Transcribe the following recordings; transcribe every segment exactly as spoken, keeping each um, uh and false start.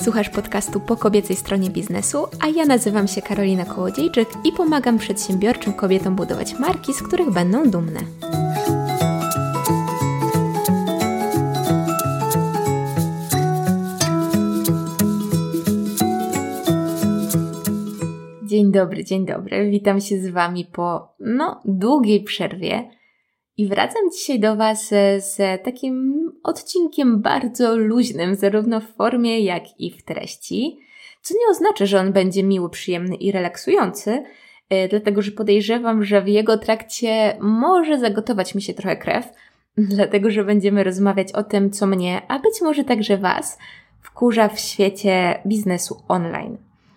Słuchasz podcastu Po kobiecej stronie biznesu, a ja nazywam się Karolina Kołodziejczyk i pomagam przedsiębiorczym kobietom budować marki, z których będą dumne. Dzień dobry, dzień dobry. Witam się z Wami po, no, długiej przerwie i wracam dzisiaj do Was z takim odcinkiem bardzo luźnym, zarówno w formie, jak i w treści, co nie oznacza, że on będzie miły, przyjemny i relaksujący, dlatego że podejrzewam, że w jego trakcie może zagotować mi się trochę krew, dlatego że będziemy rozmawiać o tym, co mnie, a być może także Was, wkurza w świecie biznesu online.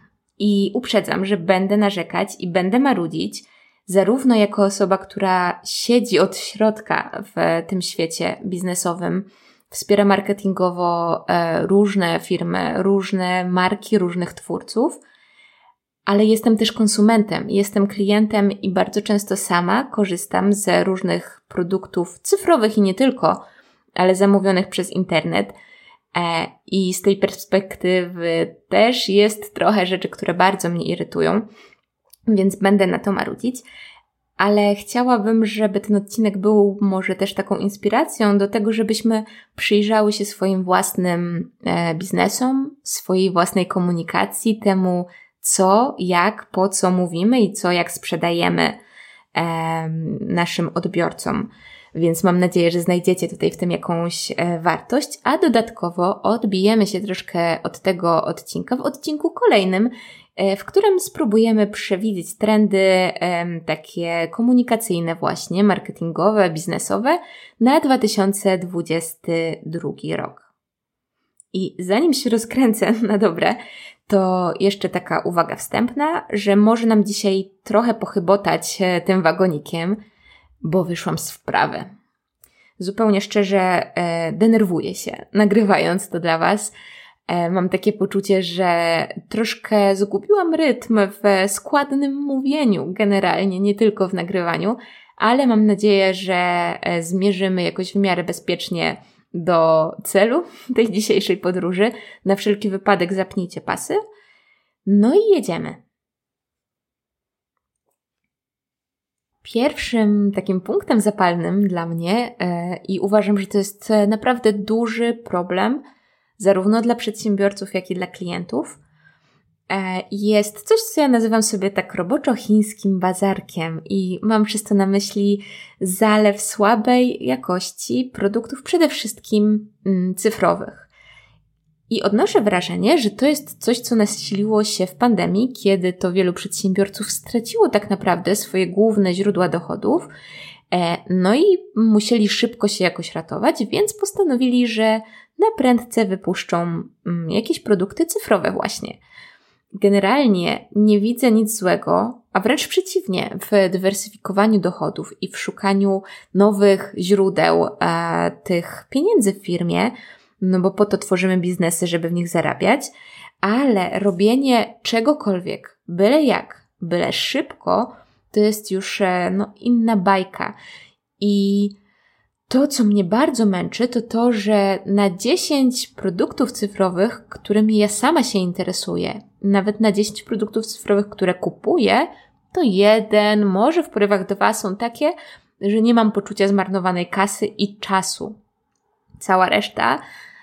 I uprzedzam, że będę narzekać i będę marudzić, zarówno jako osoba, która siedzi od środka w tym świecie biznesowym, wspiera marketingowo e, różne firmy, różne marki, różnych twórców, ale jestem też konsumentem, jestem klientem i bardzo często sama korzystam z różnych produktów cyfrowych i nie tylko, ale zamówionych przez internet. E, I z tej perspektywy też jest trochę rzeczy, które bardzo mnie irytują, więc będę na to marudzić, ale chciałabym, żeby ten odcinek był może też taką inspiracją do tego, żebyśmy przyjrzały się swoim własnym e, biznesom, swojej własnej komunikacji, temu co, jak, po co mówimy i co, jak sprzedajemy e, naszym odbiorcom. Więc mam nadzieję, że znajdziecie tutaj w tym jakąś e, wartość, a dodatkowo odbijemy się troszkę od tego odcinka w odcinku kolejnym, e, w którym spróbujemy przewidzieć trendy e, takie komunikacyjne właśnie, marketingowe, biznesowe na dwa tysiące dwudziesty drugi rok. I zanim się rozkręcę na dobre, to jeszcze taka uwaga wstępna, że może nam dzisiaj trochę pochybotać e, tym wagonikiem, bo wyszłam z wprawy. Zupełnie szczerze e, denerwuję się, nagrywając to dla Was. E, mam takie poczucie, że troszkę zgubiłam rytm w składnym mówieniu generalnie, nie tylko w nagrywaniu, ale mam nadzieję, że e, zmierzymy jakoś w miarę bezpiecznie do celu tej dzisiejszej podróży. Na wszelki wypadek zapnijcie pasy. No i jedziemy. Pierwszym takim punktem zapalnym dla mnie e, i uważam, że to jest naprawdę duży problem zarówno dla przedsiębiorców, jak i dla klientów, e, jest coś, co ja nazywam sobie tak roboczo chińskim bazarkiem i mam przez to na myśli zalew słabej jakości produktów, przede wszystkim mm, cyfrowych. I odnoszę wrażenie, że to jest coś, co nasiliło się w pandemii, kiedy to wielu przedsiębiorców straciło tak naprawdę swoje główne źródła dochodów, no i musieli szybko się jakoś ratować, więc postanowili, że na prędce wypuszczą jakieś produkty cyfrowe właśnie. Generalnie nie widzę nic złego, a wręcz przeciwnie, w dywersyfikowaniu dochodów i w szukaniu nowych źródeł e, tych pieniędzy w firmie, no bo po to tworzymy biznesy, żeby w nich zarabiać, ale robienie czegokolwiek, byle jak, byle szybko, to jest już no, inna bajka. I to, co mnie bardzo męczy, to to, że na dziesięć produktów cyfrowych, którymi ja sama się interesuję, nawet na dziesięć produktów cyfrowych, które kupuję, to jeden, może w porywach dwa są takie, że nie mam poczucia zmarnowanej kasy i czasu. Cała reszta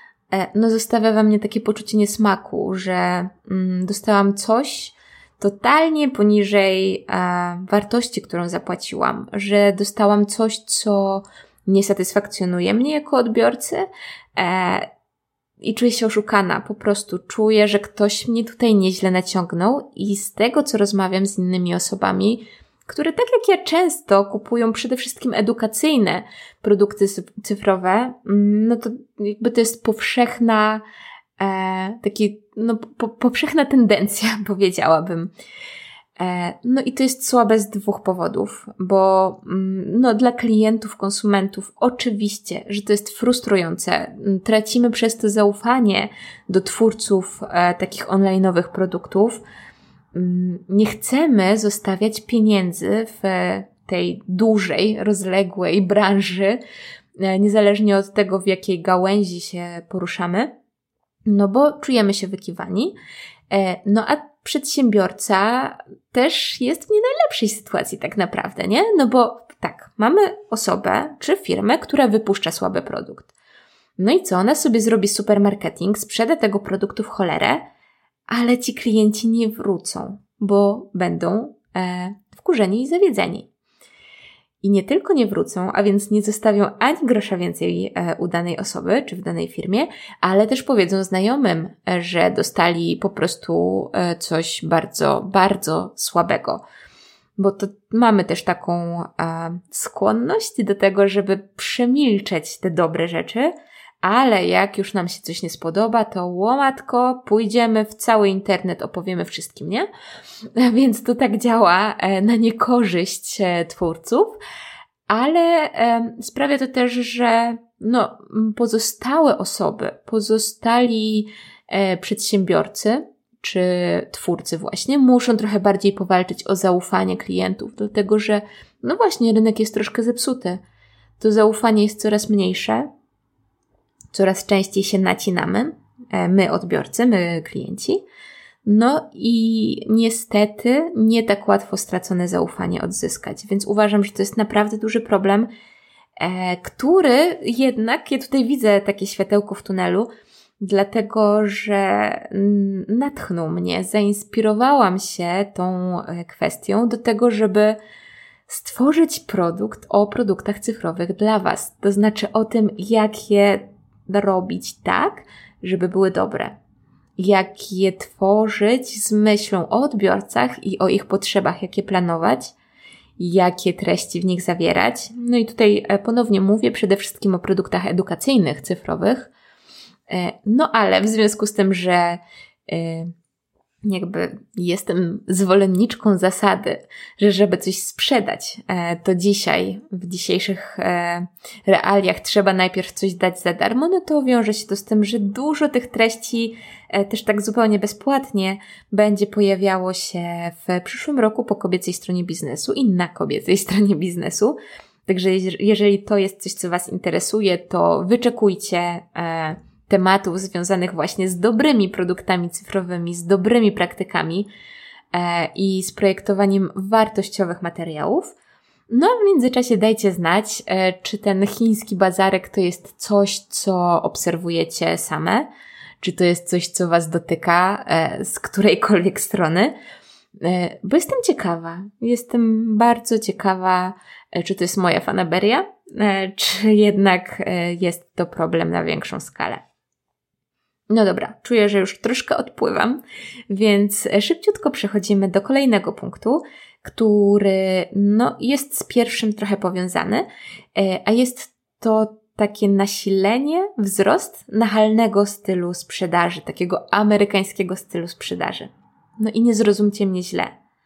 no zostawia we mnie takie poczucie niesmaku, że mm, dostałam coś totalnie poniżej e, wartości, którą zapłaciłam, że dostałam coś, co nie satysfakcjonuje mnie jako odbiorcy e, i czuję się oszukana. Po prostu czuję, że ktoś mnie tutaj nieźle naciągnął i z tego, co rozmawiam z innymi osobami, które tak jak ja często kupują przede wszystkim edukacyjne produkty cyfrowe, no to jakby to jest powszechna, e, taki, no po, powszechna tendencja, powiedziałabym. E, no i to jest słabe z dwóch powodów, bo no dla klientów, konsumentów oczywiście, że to jest frustrujące. Tracimy przez to zaufanie do twórców e, takich online'owych produktów. Nie chcemy zostawiać pieniędzy w tej dużej, rozległej branży, niezależnie od tego, w jakiej gałęzi się poruszamy. no bo czujemy się wykiwani. No a przedsiębiorca też jest w nie najlepszej sytuacji tak naprawdę, nie? No bo tak, mamy osobę czy firmę, która wypuszcza słaby produkt. No i co? Ona sobie zrobi super marketing, sprzeda tego produktu w cholerę, ale ci klienci nie wrócą, bo będą e, wkurzeni i zawiedzeni. I nie tylko nie wrócą, a więc nie zostawią ani grosza więcej e, u danej osoby czy w danej firmie, ale też powiedzą znajomym, e, że dostali po prostu e, coś bardzo, bardzo słabego. Bo to mamy też taką e, skłonność do tego, żeby przemilczeć te dobre rzeczy, ale jak już nam się coś nie spodoba, to łomatko, pójdziemy w cały internet, opowiemy wszystkim, nie? Więc to tak działa na niekorzyść twórców, ale sprawia to też, że no, pozostałe osoby, pozostali przedsiębiorcy czy twórcy właśnie muszą trochę bardziej powalczyć o zaufanie klientów, dlatego że no właśnie rynek jest troszkę zepsuty. To zaufanie jest coraz mniejsze, coraz częściej się nacinamy, my odbiorcy, my klienci. No i niestety nie tak łatwo stracone zaufanie odzyskać, więc uważam, że to jest naprawdę duży problem, e, który jednak, ja tutaj widzę takie światełko w tunelu, dlatego że natchnął mnie, zainspirowałam się tą kwestią do tego, żeby stworzyć produkt o produktach cyfrowych dla Was. To znaczy o tym, jak je robić tak, żeby były dobre. Jak je tworzyć z myślą o odbiorcach i o ich potrzebach, jak je planować, jakie treści w nich zawierać. No i tutaj ponownie mówię przede wszystkim o produktach edukacyjnych, cyfrowych. No ale w związku z tym, że jakby jestem zwolenniczką zasady, że żeby coś sprzedać, to dzisiaj, w dzisiejszych realiach trzeba najpierw coś dać za darmo, no to wiąże się to z tym, że dużo tych treści też tak zupełnie bezpłatnie będzie pojawiało się w przyszłym roku po kobiecej stronie biznesu i na kobiecej stronie biznesu. Także jeżeli to jest coś, co Was interesuje, to wyczekujcie tematów związanych właśnie z dobrymi produktami cyfrowymi, z dobrymi praktykami e, i z projektowaniem wartościowych materiałów. No a w międzyczasie dajcie znać, e, czy ten chiński bazarek to jest coś, co obserwujecie same, czy to jest coś, co Was dotyka e, z którejkolwiek strony, e, bo jestem ciekawa. Jestem bardzo ciekawa, e, czy to jest moja fanaberia, e, czy jednak e, jest to problem na większą skalę. No dobra, czuję, że już troszkę odpływam, więc szybciutko przechodzimy do kolejnego punktu, który no, jest z pierwszym trochę powiązany, a jest to takie nasilenie, wzrost nachalnego stylu sprzedaży, takiego amerykańskiego stylu sprzedaży. No i nie zrozumcie mnie źle.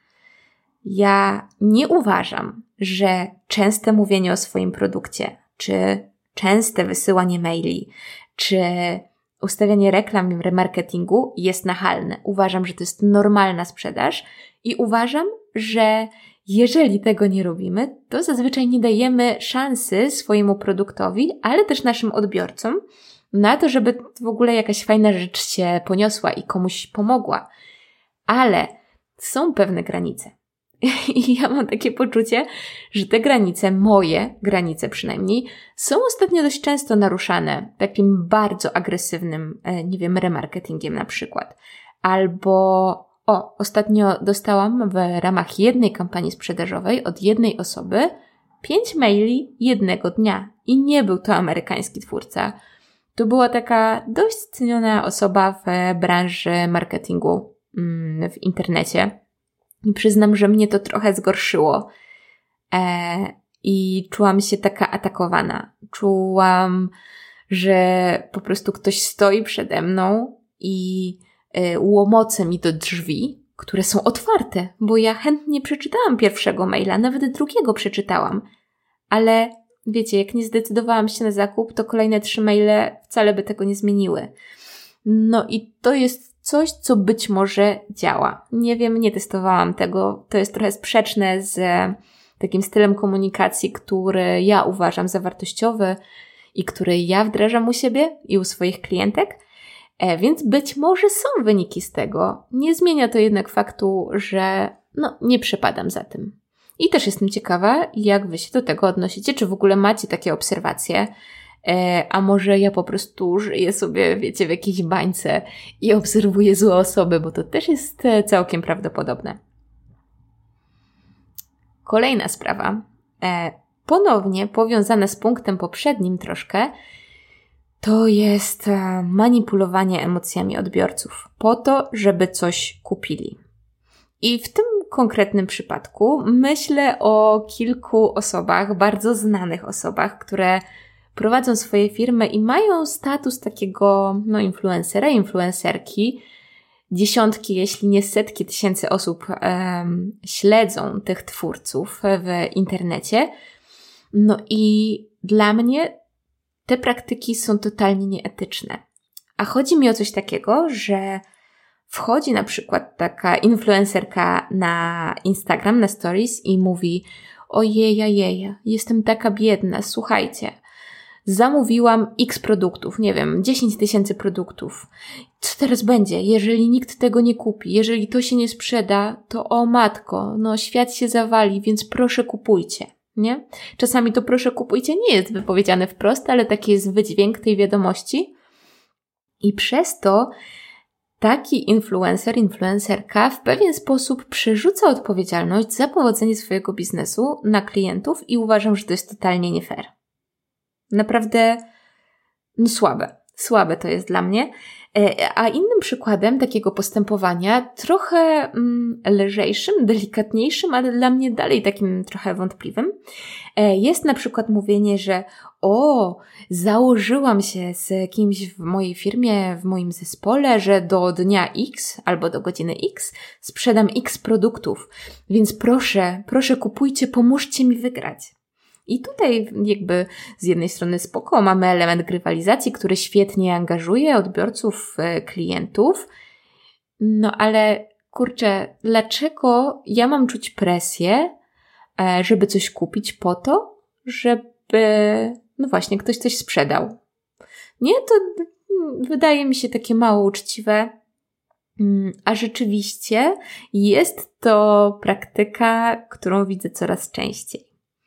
Ja nie uważam, że częste mówienie o swoim produkcie, czy częste wysyłanie maili, czy ustawianie reklam w remarketingu jest nachalne. Uważam, że to jest normalna sprzedaż i uważam, że jeżeli tego nie robimy, to zazwyczaj nie dajemy szansy swojemu produktowi, ale też naszym odbiorcom na to, żeby w ogóle jakaś fajna rzecz się poniosła i komuś pomogła. Ale są pewne granice. I ja mam takie poczucie, że te granice, moje granice przynajmniej, są ostatnio dość często naruszane takim bardzo agresywnym, nie wiem, remarketingiem na przykład. Albo, o, ostatnio dostałam w ramach jednej kampanii sprzedażowej od jednej osoby pięć maili jednego dnia. I nie był to amerykański twórca. To była taka dość ceniona osoba w branży marketingu w internecie. I przyznam, że mnie to trochę zgorszyło e, i czułam się taka atakowana. Czułam, że po prostu ktoś stoi przede mną i e, łomoce mi do drzwi, które są otwarte, bo ja chętnie przeczytałam pierwszego maila, nawet drugiego przeczytałam. Ale wiecie, jak nie zdecydowałam się na zakup, to kolejne trzy maile wcale by tego nie zmieniły. No i to jest coś, co być może działa. Nie wiem, nie testowałam tego. To jest trochę sprzeczne z takim stylem komunikacji, który ja uważam za wartościowy i który ja wdrażam u siebie i u swoich klientek. E, więc być może są wyniki z tego. Nie zmienia to jednak faktu, że no, nie przepadam za tym. I też jestem ciekawa, jak wy się do tego odnosicie, czy w ogóle macie takie obserwacje, e, a może ja po prostu żyję sobie, wiecie, w jakiejś bańce i obserwuję złe osoby, bo to też jest całkiem prawdopodobne. Kolejna sprawa, e, ponownie powiązana z punktem poprzednim troszkę, to jest e, manipulowanie emocjami odbiorców po to, żeby coś kupili. I w tym konkretnym przypadku myślę o kilku osobach, bardzo znanych osobach, które prowadzą swoje firmy i mają status takiego no, influencera, influencerki. Dziesiątki, jeśli nie setki tysięcy osób um, śledzą tych twórców w internecie. No i dla mnie te praktyki są totalnie nieetyczne. A chodzi mi o coś takiego, że wchodzi na przykład taka influencerka na Instagram, na stories i mówi: ojeja, jeja, jestem taka biedna, słuchajcie, zamówiłam X produktów, nie wiem, dziesięć tysięcy produktów. Co teraz będzie, jeżeli nikt tego nie kupi? Jeżeli to się nie sprzeda, to o matko, no świat się zawali, więc proszę kupujcie, nie? Czasami to proszę kupujcie nie jest wypowiedziane wprost, ale taki jest wydźwięk tej wiadomości. I przez to taki influencer, influencerka w pewien sposób przerzuca odpowiedzialność za powodzenie swojego biznesu na klientów i uważam, że to jest totalnie nie fair. Naprawdę no słabe. Słabe to jest dla mnie. A innym przykładem takiego postępowania, trochę mm, lżejszym, delikatniejszym, ale dla mnie dalej takim trochę wątpliwym, jest na przykład mówienie, że o, założyłam się z kimś w mojej firmie, w moim zespole, że do dnia X albo do godziny X sprzedam X produktów, więc proszę, proszę kupujcie, pomóżcie mi wygrać. I tutaj jakby z jednej strony spoko, mamy element grywalizacji, który świetnie angażuje odbiorców, klientów, no ale kurczę, dlaczego ja mam czuć presję, żeby coś kupić po to, żeby, no właśnie, ktoś coś sprzedał? Nie, to wydaje mi się takie mało uczciwe, a rzeczywiście jest to praktyka, którą widzę coraz częściej.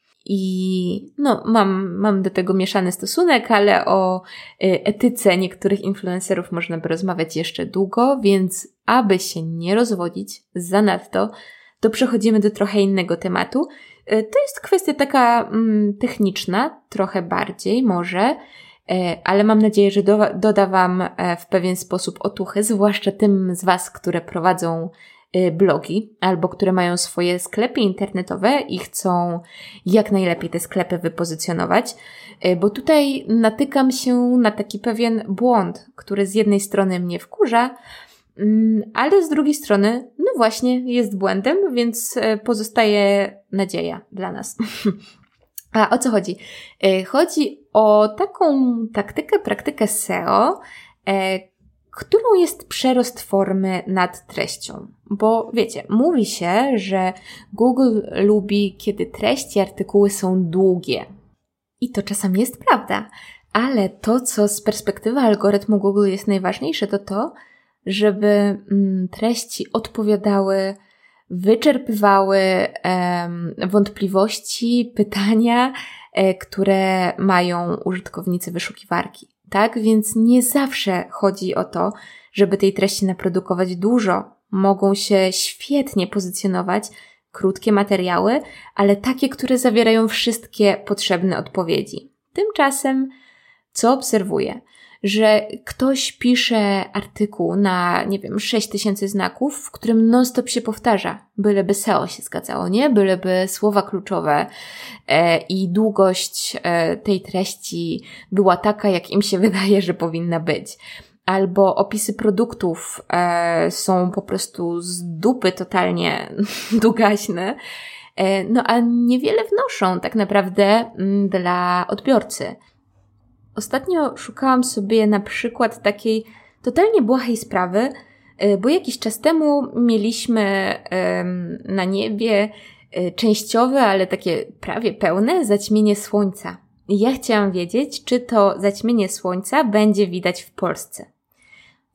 I no, mam, mam do tego mieszany stosunek, ale o etyce niektórych influencerów można by rozmawiać jeszcze długo, więc aby się nie rozwodzić zanadto, to przechodzimy do trochę innego tematu. To jest kwestia taka mm, techniczna, trochę bardziej może, ale mam nadzieję, że do, doda Wam w pewien sposób otuchy, zwłaszcza tym z Was, które prowadzą blogi albo które mają swoje sklepy internetowe i chcą jak najlepiej te sklepy wypozycjonować, bo tutaj natykam się na taki pewien błąd, który z jednej strony mnie wkurza, ale z drugiej strony, no właśnie, jest błędem, więc pozostaje nadzieja dla nas. A o co chodzi? Chodzi o taką taktykę, praktykę S E O, którą jest przerost formy nad treścią. Bo wiecie, mówi się, że Google lubi, kiedy treści, artykuły są długie. I to czasami jest prawda. Ale to, co z perspektywy algorytmu Google jest najważniejsze, to to, żeby mm, treści odpowiadały, wyczerpywały em, wątpliwości, pytania, e, które mają użytkownicy wyszukiwarki. Tak? Więc nie zawsze chodzi o to, żeby tej treści naprodukować dużo. Mogą się świetnie pozycjonować krótkie materiały, ale takie, które zawierają wszystkie potrzebne odpowiedzi. Tymczasem, co obserwuję? Że ktoś pisze artykuł na, nie wiem, sześć tysięcy znaków, w którym non-stop się powtarza, byleby S E O się zgadzało, nie? Byleby słowa kluczowe e, i długość e, tej treści była taka, jak im się wydaje, że powinna być. Albo opisy produktów e, są po prostu z dupy totalnie długaśne, e, no a niewiele wnoszą tak naprawdę m, dla odbiorcy. Ostatnio szukałam sobie na przykład takiej totalnie błahej sprawy, bo jakiś czas temu mieliśmy na niebie częściowe, ale takie prawie pełne zaćmienie słońca. I ja chciałam wiedzieć, czy to zaćmienie słońca będzie widać w Polsce.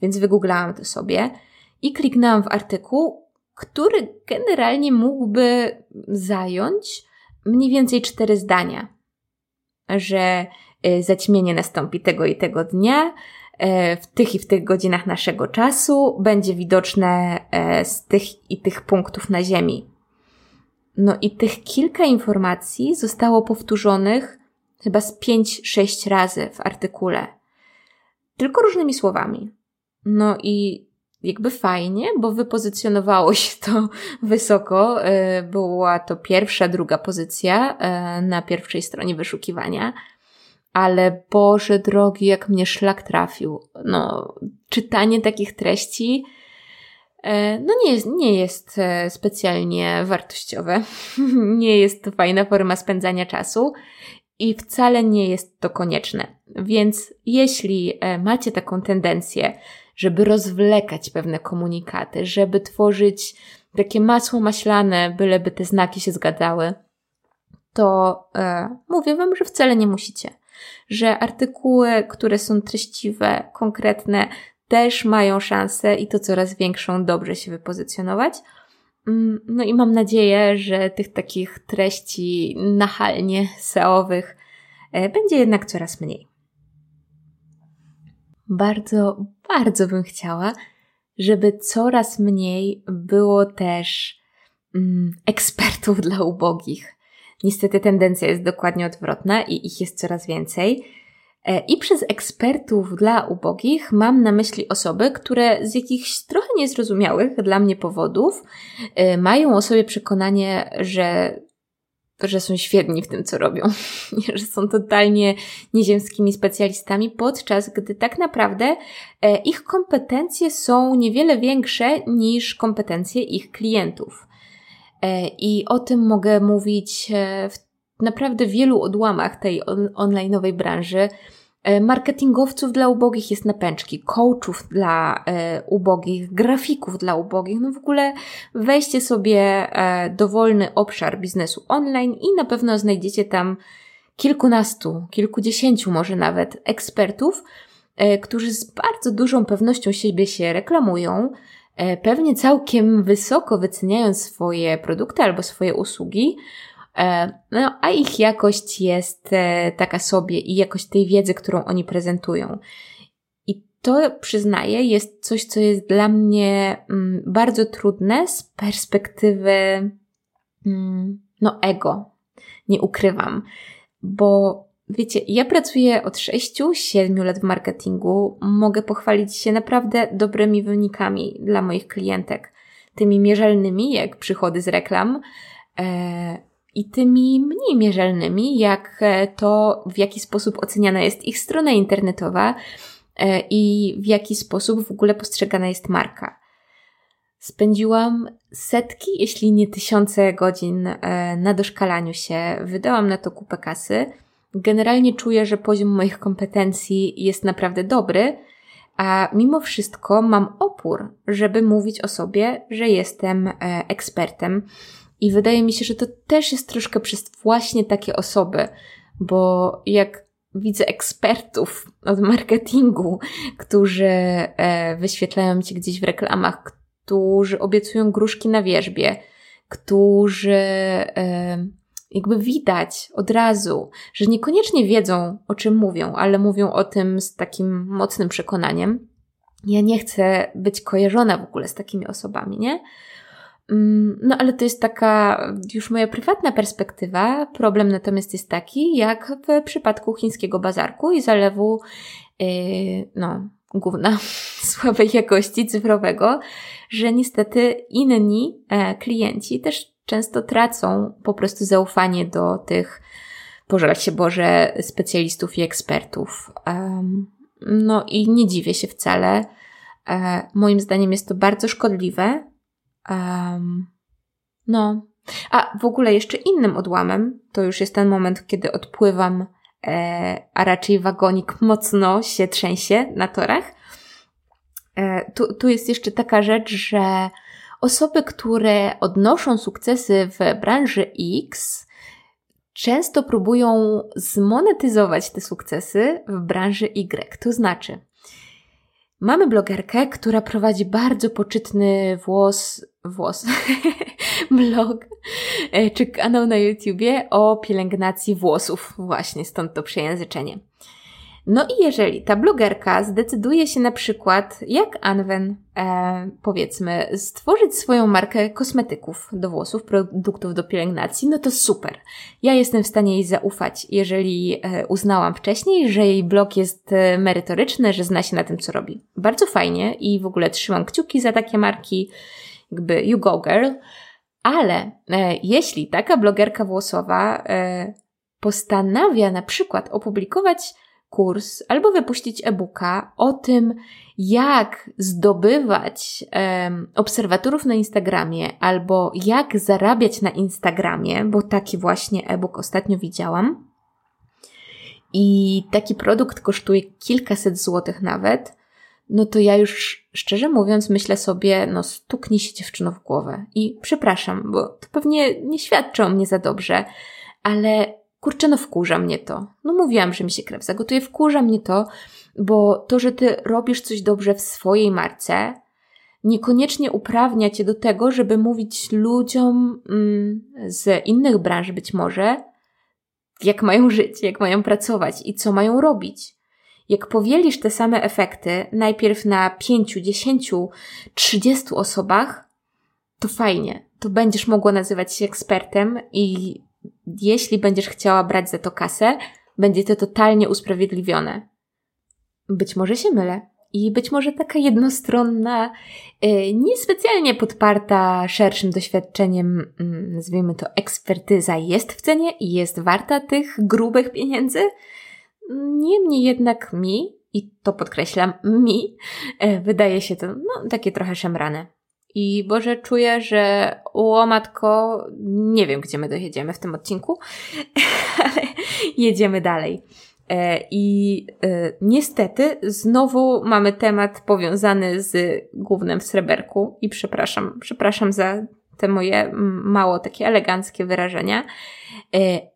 Więc wygooglałam to sobie i kliknęłam w artykuł, który generalnie mógłby zająć mniej więcej cztery zdania. Że zaćmienie nastąpi tego i tego dnia, w tych i w tych godzinach naszego czasu, będzie widoczne z tych i tych punktów na Ziemi. No i tych kilka informacji zostało powtórzonych chyba z pięć, sześć razy w artykule. Tylko różnymi słowami. No i jakby fajnie, bo wypozycjonowało się to wysoko. Była to pierwsza, druga pozycja na pierwszej stronie wyszukiwania. Ale Boże drogi, jak mnie szlak trafił. No, czytanie takich treści no nie jest, nie jest specjalnie wartościowe. Nie jest to fajna forma spędzania czasu i wcale nie jest to konieczne. Więc jeśli macie taką tendencję, żeby rozwlekać pewne komunikaty, żeby tworzyć takie masło maślane, byleby te znaki się zgadzały, to e, mówię wam, że wcale nie musicie. Że artykuły, które są treściwe, konkretne, też mają szansę i to coraz większą dobrze się wypozycjonować. No i mam nadzieję, że tych takich treści nachalnie S E O-owych będzie jednak coraz mniej. Bardzo, bardzo bym chciała, żeby coraz mniej było też mm, ekspertów dla ubogich. Niestety tendencja jest dokładnie odwrotna i ich jest coraz więcej. I przez ekspertów dla ubogich mam na myśli osoby, które z jakichś trochę niezrozumiałych dla mnie powodów mają o sobie przekonanie, że, że są świetni w tym, co robią. Że są totalnie nieziemskimi specjalistami, podczas gdy tak naprawdę ich kompetencje są niewiele większe niż kompetencje ich klientów. I o tym mogę mówić w naprawdę wielu odłamach tej on- online'owej branży. Marketingowców dla ubogich jest na pęczki, coachów dla e, ubogich, grafików dla ubogich. No w ogóle weźcie sobie e, dowolny obszar biznesu online i na pewno znajdziecie tam kilkunastu, kilkudziesięciu może nawet ekspertów, e, którzy z bardzo dużą pewnością siebie się reklamują, e, pewnie całkiem wysoko wyceniają swoje produkty albo swoje usługi. No, a ich jakość jest taka sobie i jakość tej wiedzy, którą oni prezentują. I to, przyznaję, jest coś, co jest dla mnie mm, bardzo trudne z perspektywy mm, no ego. Nie ukrywam. Bo wiecie, ja pracuję od sześciu, siedmiu lat w marketingu. Mogę pochwalić się naprawdę dobrymi wynikami dla moich klientek. Tymi mierzalnymi, jak przychody z reklam, e- i tymi mniej mierzalnymi, jak to, w jaki sposób oceniana jest ich strona internetowa i w jaki sposób w ogóle postrzegana jest marka. Spędziłam setki, jeśli nie tysiące godzin na doszkalaniu się, wydałam na to kupę kasy. Generalnie czuję, że poziom moich kompetencji jest naprawdę dobry, a mimo wszystko mam opór, żeby mówić o sobie, że jestem ekspertem. I wydaje mi się, że to też jest troszkę przez właśnie takie osoby, bo jak widzę ekspertów od marketingu, którzy e, wyświetlają Cię gdzieś w reklamach, którzy obiecują gruszki na wierzbie, którzy e, jakby widać od razu, że niekoniecznie wiedzą, o czym mówią, ale mówią o tym z takim mocnym przekonaniem. Ja nie chcę być kojarzona w ogóle z takimi osobami, nie? No ale to jest taka już moja prywatna perspektywa. Problem natomiast jest taki, jak w przypadku chińskiego bazarku i zalewu yy, no, gówna słabej jakości cyfrowego, że niestety inni e, klienci też często tracą po prostu zaufanie do tych, pożalać się Boże, specjalistów i ekspertów. Um, no i nie dziwię się wcale. E, moim zdaniem jest to bardzo szkodliwe. Um, no, a w ogóle jeszcze innym odłamem, to już jest ten moment, kiedy odpływam, e, a raczej wagonik mocno się trzęsie na torach. E, tu, tu jest jeszcze taka rzecz, że osoby, które odnoszą sukcesy w branży X, często próbują zmonetyzować te sukcesy w branży Y. To znaczy, Mamy blogerkę, która prowadzi bardzo poczytny włos, włos, blog, czy kanał na YouTubie o pielęgnacji włosów. Właśnie, stąd to przejęzyczenie. No i jeżeli ta blogerka zdecyduje się na przykład, jak Anwen, e, powiedzmy, stworzyć swoją markę kosmetyków do włosów, produktów do pielęgnacji, no to super. Ja jestem w stanie jej zaufać, jeżeli e, uznałam wcześniej, że jej blog jest e, merytoryczny, że zna się na tym, co robi. Bardzo fajnie i w ogóle trzymam kciuki za takie marki, jakby you go girl, ale e, jeśli taka blogerka włosowa e, postanawia na przykład opublikować kurs albo wypuścić e-booka o tym, jak zdobywać um, obserwatorów na Instagramie albo jak zarabiać na Instagramie, bo taki właśnie e-book ostatnio widziałam i taki produkt kosztuje kilkaset złotych nawet, no to ja już szczerze mówiąc myślę sobie, no stuknij się dziewczyno w głowę i przepraszam, bo to pewnie nie świadczy o mnie za dobrze, ale kurczę, no wkurza mnie to. No mówiłam, że mi się krew zagotuje. Wkurza mnie to, bo to, że ty robisz coś dobrze w swojej marce, niekoniecznie uprawnia cię do tego, żeby mówić ludziom mm, z innych branż być może, jak mają żyć, jak mają pracować i co mają robić. Jak powielisz te same efekty najpierw na pięciu, dziesięciu, trzydziestu osobach, to fajnie. To będziesz mogła nazywać się ekspertem i jeśli będziesz chciała brać za to kasę, będzie to totalnie usprawiedliwione. Być może się mylę i być może taka jednostronna, yy, niespecjalnie podparta szerszym doświadczeniem, yy, nazwijmy to ekspertyza jest w cenie i jest warta tych grubych pieniędzy. Niemniej jednak mi, i to podkreślam, mi, yy, wydaje się to no, takie trochę szemrane. I Boże, czuję, że o matko, nie wiem, gdzie my dojedziemy w tym odcinku, ale jedziemy dalej. I e, niestety znowu mamy temat powiązany z gównem w sreberku i przepraszam, przepraszam za te moje mało takie eleganckie wyrażenia, e,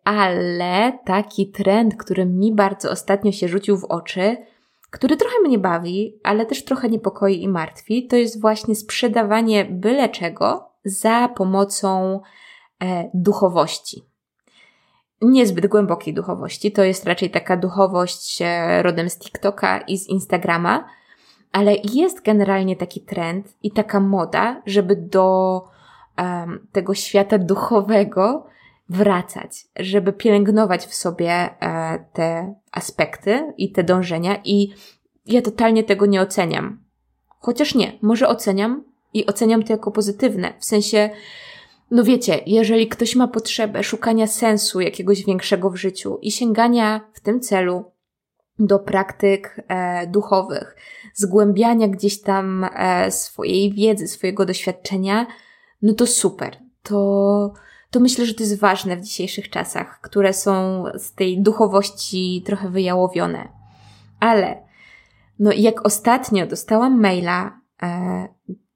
ale taki trend, który mi bardzo ostatnio się rzucił w oczy, który trochę mnie bawi, ale też trochę niepokoi i martwi, to jest właśnie sprzedawanie byle czego za pomocą e, duchowości. Niezbyt głębokiej duchowości, to jest raczej taka duchowość e, rodem z TikToka i z Instagrama, ale jest generalnie taki trend i taka moda, żeby do e, tego świata duchowego wracać, żeby pielęgnować w sobie e, te aspekty i te dążenia i ja totalnie tego nie oceniam. Chociaż nie, może oceniam i oceniam to jako pozytywne. W sensie, no wiecie, jeżeli ktoś ma potrzebę szukania sensu jakiegoś większego w życiu i sięgania w tym celu do praktyk e, duchowych, zgłębiania gdzieś tam e, swojej wiedzy, swojego doświadczenia, no to super. To to myślę, że to jest ważne w dzisiejszych czasach, które są z tej duchowości trochę wyjałowione. Ale no jak ostatnio dostałam maila e,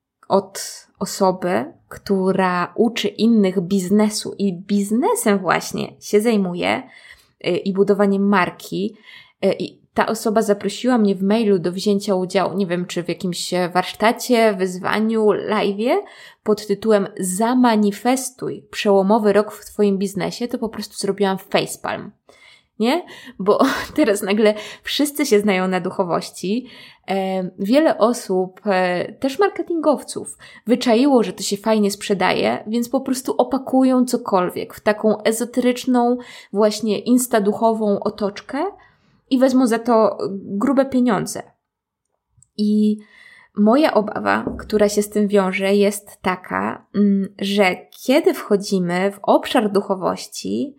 od osoby, która uczy innych biznesu i biznesem właśnie się zajmuje e, i budowaniem marki e, i ta osoba zaprosiła mnie w mailu do wzięcia udziału, nie wiem, czy w jakimś warsztacie, wyzwaniu, live'ie pod tytułem Zamanifestuj przełomowy rok w Twoim biznesie, to po prostu zrobiłam facepalm. Nie? Bo teraz nagle wszyscy się znają na duchowości. E, wiele osób, e, też marketingowców, wyczaiło, że to się fajnie sprzedaje, więc po prostu opakują cokolwiek w taką ezoteryczną, właśnie instaduchową otoczkę i wezmą za to grube pieniądze. I moja obawa, która się z tym wiąże, jest taka, że kiedy wchodzimy w obszar duchowości,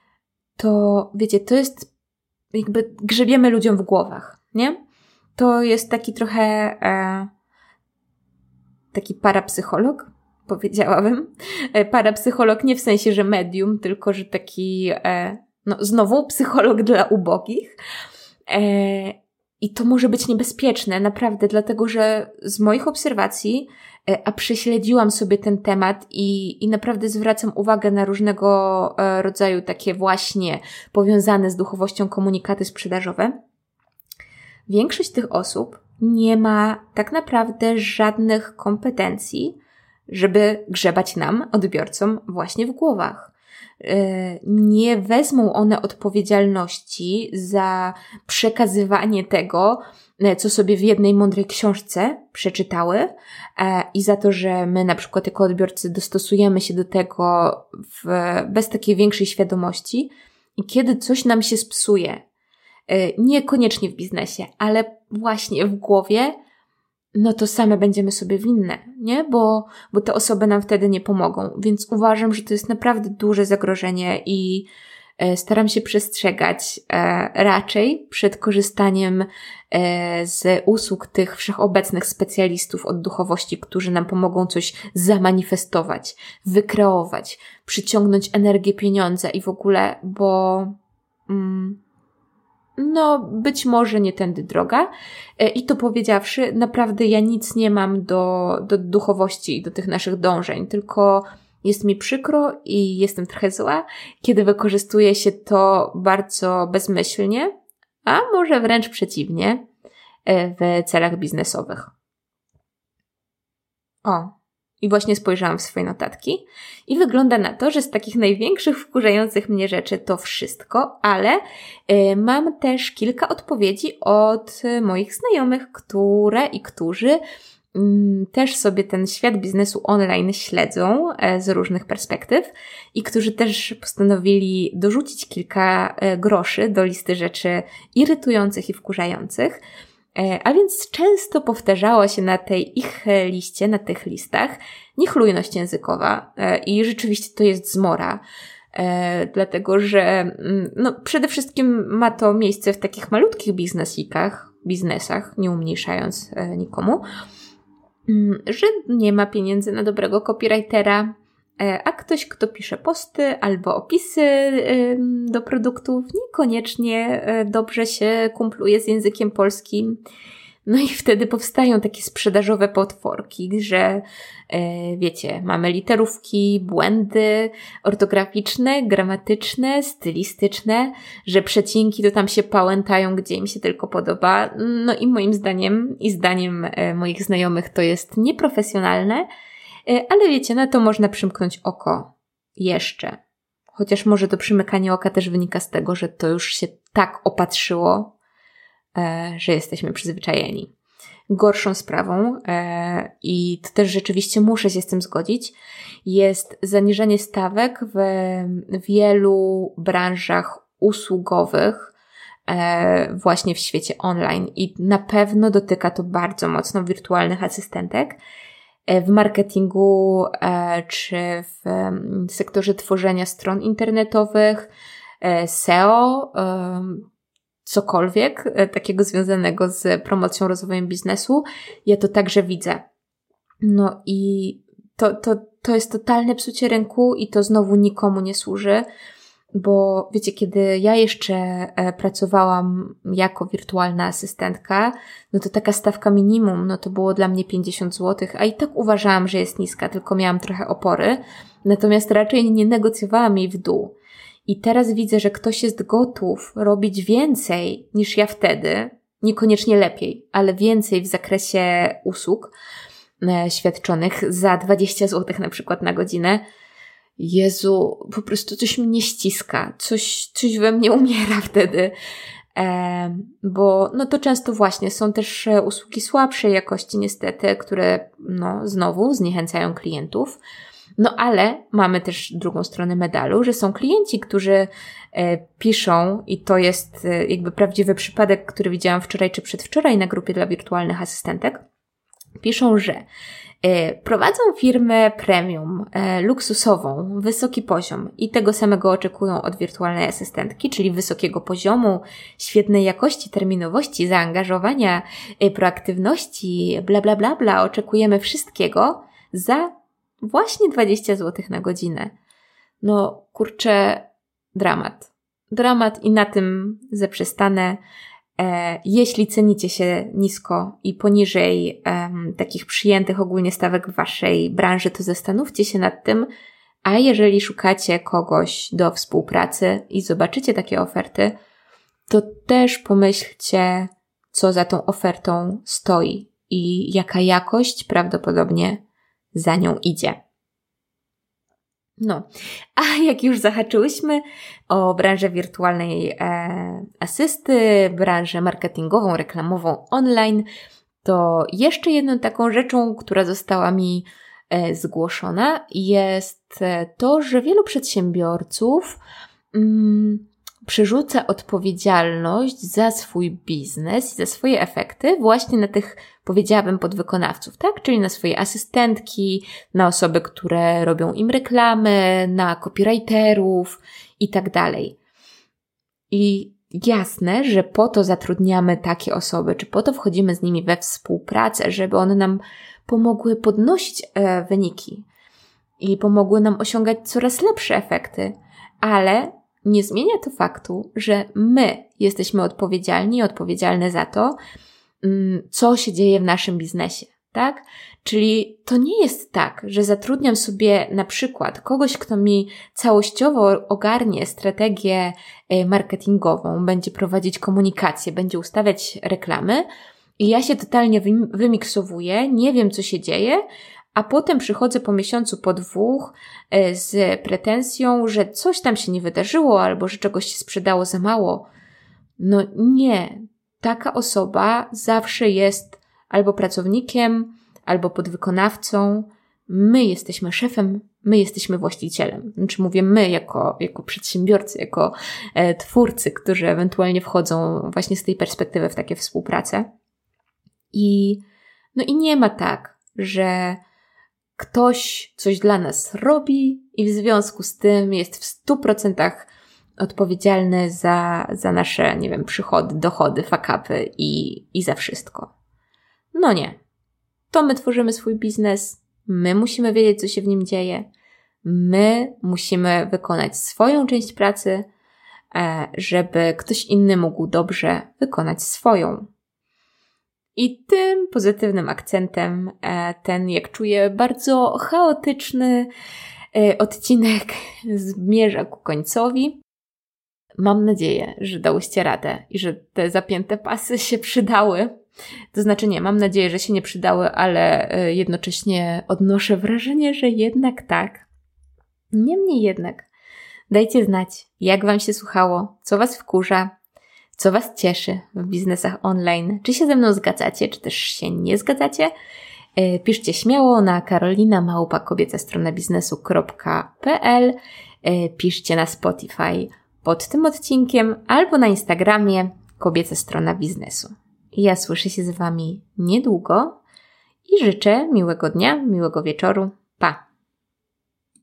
to wiecie, to jest jakby grzebiemy ludziom w głowach, nie? To jest taki trochę e, taki parapsycholog, powiedziałabym. E, parapsycholog nie w sensie, że medium, tylko że taki e, no znowu psycholog dla ubogich. E, I to może być niebezpieczne, naprawdę, dlatego że z moich obserwacji, a prześledziłam sobie ten temat i, i naprawdę zwracam uwagę na różnego rodzaju takie właśnie powiązane z duchowością komunikaty sprzedażowe. Większość tych osób nie ma tak naprawdę żadnych kompetencji, żeby grzebać nam, odbiorcom, właśnie w głowach. Nie wezmą one odpowiedzialności za przekazywanie tego, co sobie w jednej mądrej książce przeczytały i za to, że my na przykład jako odbiorcy dostosujemy się do tego w, bez takiej większej świadomości i kiedy coś nam się spsuje, niekoniecznie w biznesie, ale właśnie w głowie, no to same będziemy sobie winne, nie? Bo, bo te osoby nam wtedy nie pomogą. Więc uważam, że to jest naprawdę duże zagrożenie i e, staram się przestrzegać e, raczej przed korzystaniem e, z usług tych wszechobecnych specjalistów od duchowości, którzy nam pomogą coś zamanifestować, wykreować, przyciągnąć energię, pieniądze i w ogóle, bo... Mm, No, być może nie tędy droga. I to powiedziawszy, naprawdę ja nic nie mam do, do duchowości i do tych naszych dążeń, tylko jest mi przykro i jestem trochę zła, kiedy wykorzystuje się to bardzo bezmyślnie, a może wręcz przeciwnie, w celach biznesowych. O, i właśnie spojrzałam w swoje notatki i wygląda na to, że z takich największych wkurzających mnie rzeczy to wszystko, ale y, mam też kilka odpowiedzi od y, moich znajomych, które i którzy y, też sobie ten świat biznesu online śledzą y, z różnych perspektyw i którzy też postanowili dorzucić kilka y, groszy do listy rzeczy irytujących i wkurzających. A więc często powtarzała się na tej ich liście, na tych listach niechlujność językowa i rzeczywiście to jest zmora, dlatego że no, przede wszystkim ma to miejsce w takich malutkich biznesikach, biznesach, nie umniejszając nikomu, że nie ma pieniędzy na dobrego copywritera, a ktoś, kto pisze posty albo opisy do produktów, niekoniecznie dobrze się kumpluje z językiem polskim. No i wtedy powstają takie sprzedażowe potworki, że wiecie, mamy literówki, błędy ortograficzne, gramatyczne, stylistyczne, że przecinki to tam się pałętają, gdzie im się tylko podoba. No i moim zdaniem i zdaniem moich znajomych to jest nieprofesjonalne, ale wiecie, na to można przymknąć oko jeszcze. Chociaż może to przymykanie oka też wynika z tego, że to już się tak opatrzyło, że jesteśmy przyzwyczajeni. Gorszą sprawą, i to też rzeczywiście muszę się z tym zgodzić, jest zaniżanie stawek w wielu branżach usługowych, właśnie w świecie online. I na pewno dotyka to bardzo mocno wirtualnych asystentek, w marketingu czy w sektorze tworzenia stron internetowych, S E O, cokolwiek takiego związanego z promocją, rozwojem biznesu. Ja to także widzę. No i to, to, to jest totalne psucie rynku i to znowu nikomu nie służy, bo wiecie, kiedy ja jeszcze pracowałam jako wirtualna asystentka, no to taka stawka minimum, no to było dla mnie pięćdziesiąt złotych, a i tak uważałam, że jest niska, tylko miałam trochę opory, natomiast raczej nie negocjowałam jej w dół. I teraz widzę, że ktoś jest gotów robić więcej niż ja wtedy, niekoniecznie lepiej, ale więcej w zakresie usług e, świadczonych za dwadzieścia złotych na przykład na godzinę. Jezu, po prostu coś mnie ściska, coś, coś we mnie umiera wtedy, e, bo no to często właśnie są też usługi słabszej jakości niestety, które no znowu zniechęcają klientów. No ale mamy też drugą stronę medalu, że są klienci, którzy e, piszą i to jest e, jakby prawdziwy przypadek, który widziałam wczoraj czy przedwczoraj na grupie dla wirtualnych asystentek. Piszą, że e, prowadzą firmę premium, e, luksusową, wysoki poziom i tego samego oczekują od wirtualnej asystentki, czyli wysokiego poziomu, świetnej jakości, terminowości, zaangażowania, e, proaktywności, bla bla bla bla. Oczekujemy wszystkiego za właśnie dwadzieścia złotych na godzinę. No, kurczę, dramat. Dramat i na tym zaprzestanę. E, jeśli cenicie się nisko i poniżej e, takich przyjętych ogólnie stawek w waszej branży, to zastanówcie się nad tym, a jeżeli szukacie kogoś do współpracy i zobaczycie takie oferty, to też pomyślcie, co za tą ofertą stoi i jaka jakość prawdopodobnie za nią idzie. No, a jak już zahaczyłyśmy o branżę wirtualnej e, asysty, branżę marketingową, reklamową online, to jeszcze jedną taką rzeczą, która została mi e, zgłoszona, jest to, że wielu przedsiębiorców mm, przerzuca odpowiedzialność za swój biznes i za swoje efekty właśnie na tych, powiedziałabym, podwykonawców, tak? Czyli na swoje asystentki, na osoby, które robią im reklamy, na copywriterów i tak dalej. I jasne, że po to zatrudniamy takie osoby, czy po to wchodzimy z nimi we współpracę, żeby one nam pomogły podnosić e, wyniki i pomogły nam osiągać coraz lepsze efekty, ale nie zmienia to faktu, że my jesteśmy odpowiedzialni i odpowiedzialne za to, co się dzieje w naszym biznesie, tak? Czyli to nie jest tak, że zatrudniam sobie na przykład kogoś, kto mi całościowo ogarnie strategię marketingową, będzie prowadzić komunikację, będzie ustawiać reklamy i ja się totalnie wymiksowuję, nie wiem, co się dzieje, a potem przychodzę po miesiącu, po dwóch z pretensją, że coś tam się nie wydarzyło albo że czegoś się sprzedało za mało. No nie. Taka osoba zawsze jest albo pracownikiem, albo podwykonawcą. My jesteśmy szefem, my jesteśmy właścicielem. Znaczy mówię my jako, jako przedsiębiorcy, jako e, twórcy, którzy ewentualnie wchodzą właśnie z tej perspektywy w takie współprace. I, no i nie ma tak, że ktoś coś dla nas robi i w związku z tym jest w stu procentach odpowiedzialny za, za nasze, nie wiem, przychody, dochody, fakapy i, i za wszystko. No nie. To my tworzymy swój biznes, my musimy wiedzieć, co się w nim dzieje, my musimy wykonać swoją część pracy, żeby ktoś inny mógł dobrze wykonać swoją. I tym pozytywnym akcentem ten, jak czuję, bardzo chaotyczny odcinek zmierza ku końcowi. Mam nadzieję, że dałyście radę i że te zapięte pasy się przydały. To znaczy nie, mam nadzieję, że się nie przydały, ale jednocześnie odnoszę wrażenie, że jednak tak. Niemniej jednak, dajcie znać, jak Wam się słuchało, co Was wkurza, co Was cieszy w biznesach online. Czy się ze mną zgadzacie, czy też się nie zgadzacie? Piszcie śmiało na karolina małpa kobieca strona biznesu kropka pe el. Piszcie na Spotify pod tym odcinkiem albo na Instagramie kobieca strona biznesu. Ja słyszę się z Wami niedługo i życzę miłego dnia, miłego wieczoru. Pa!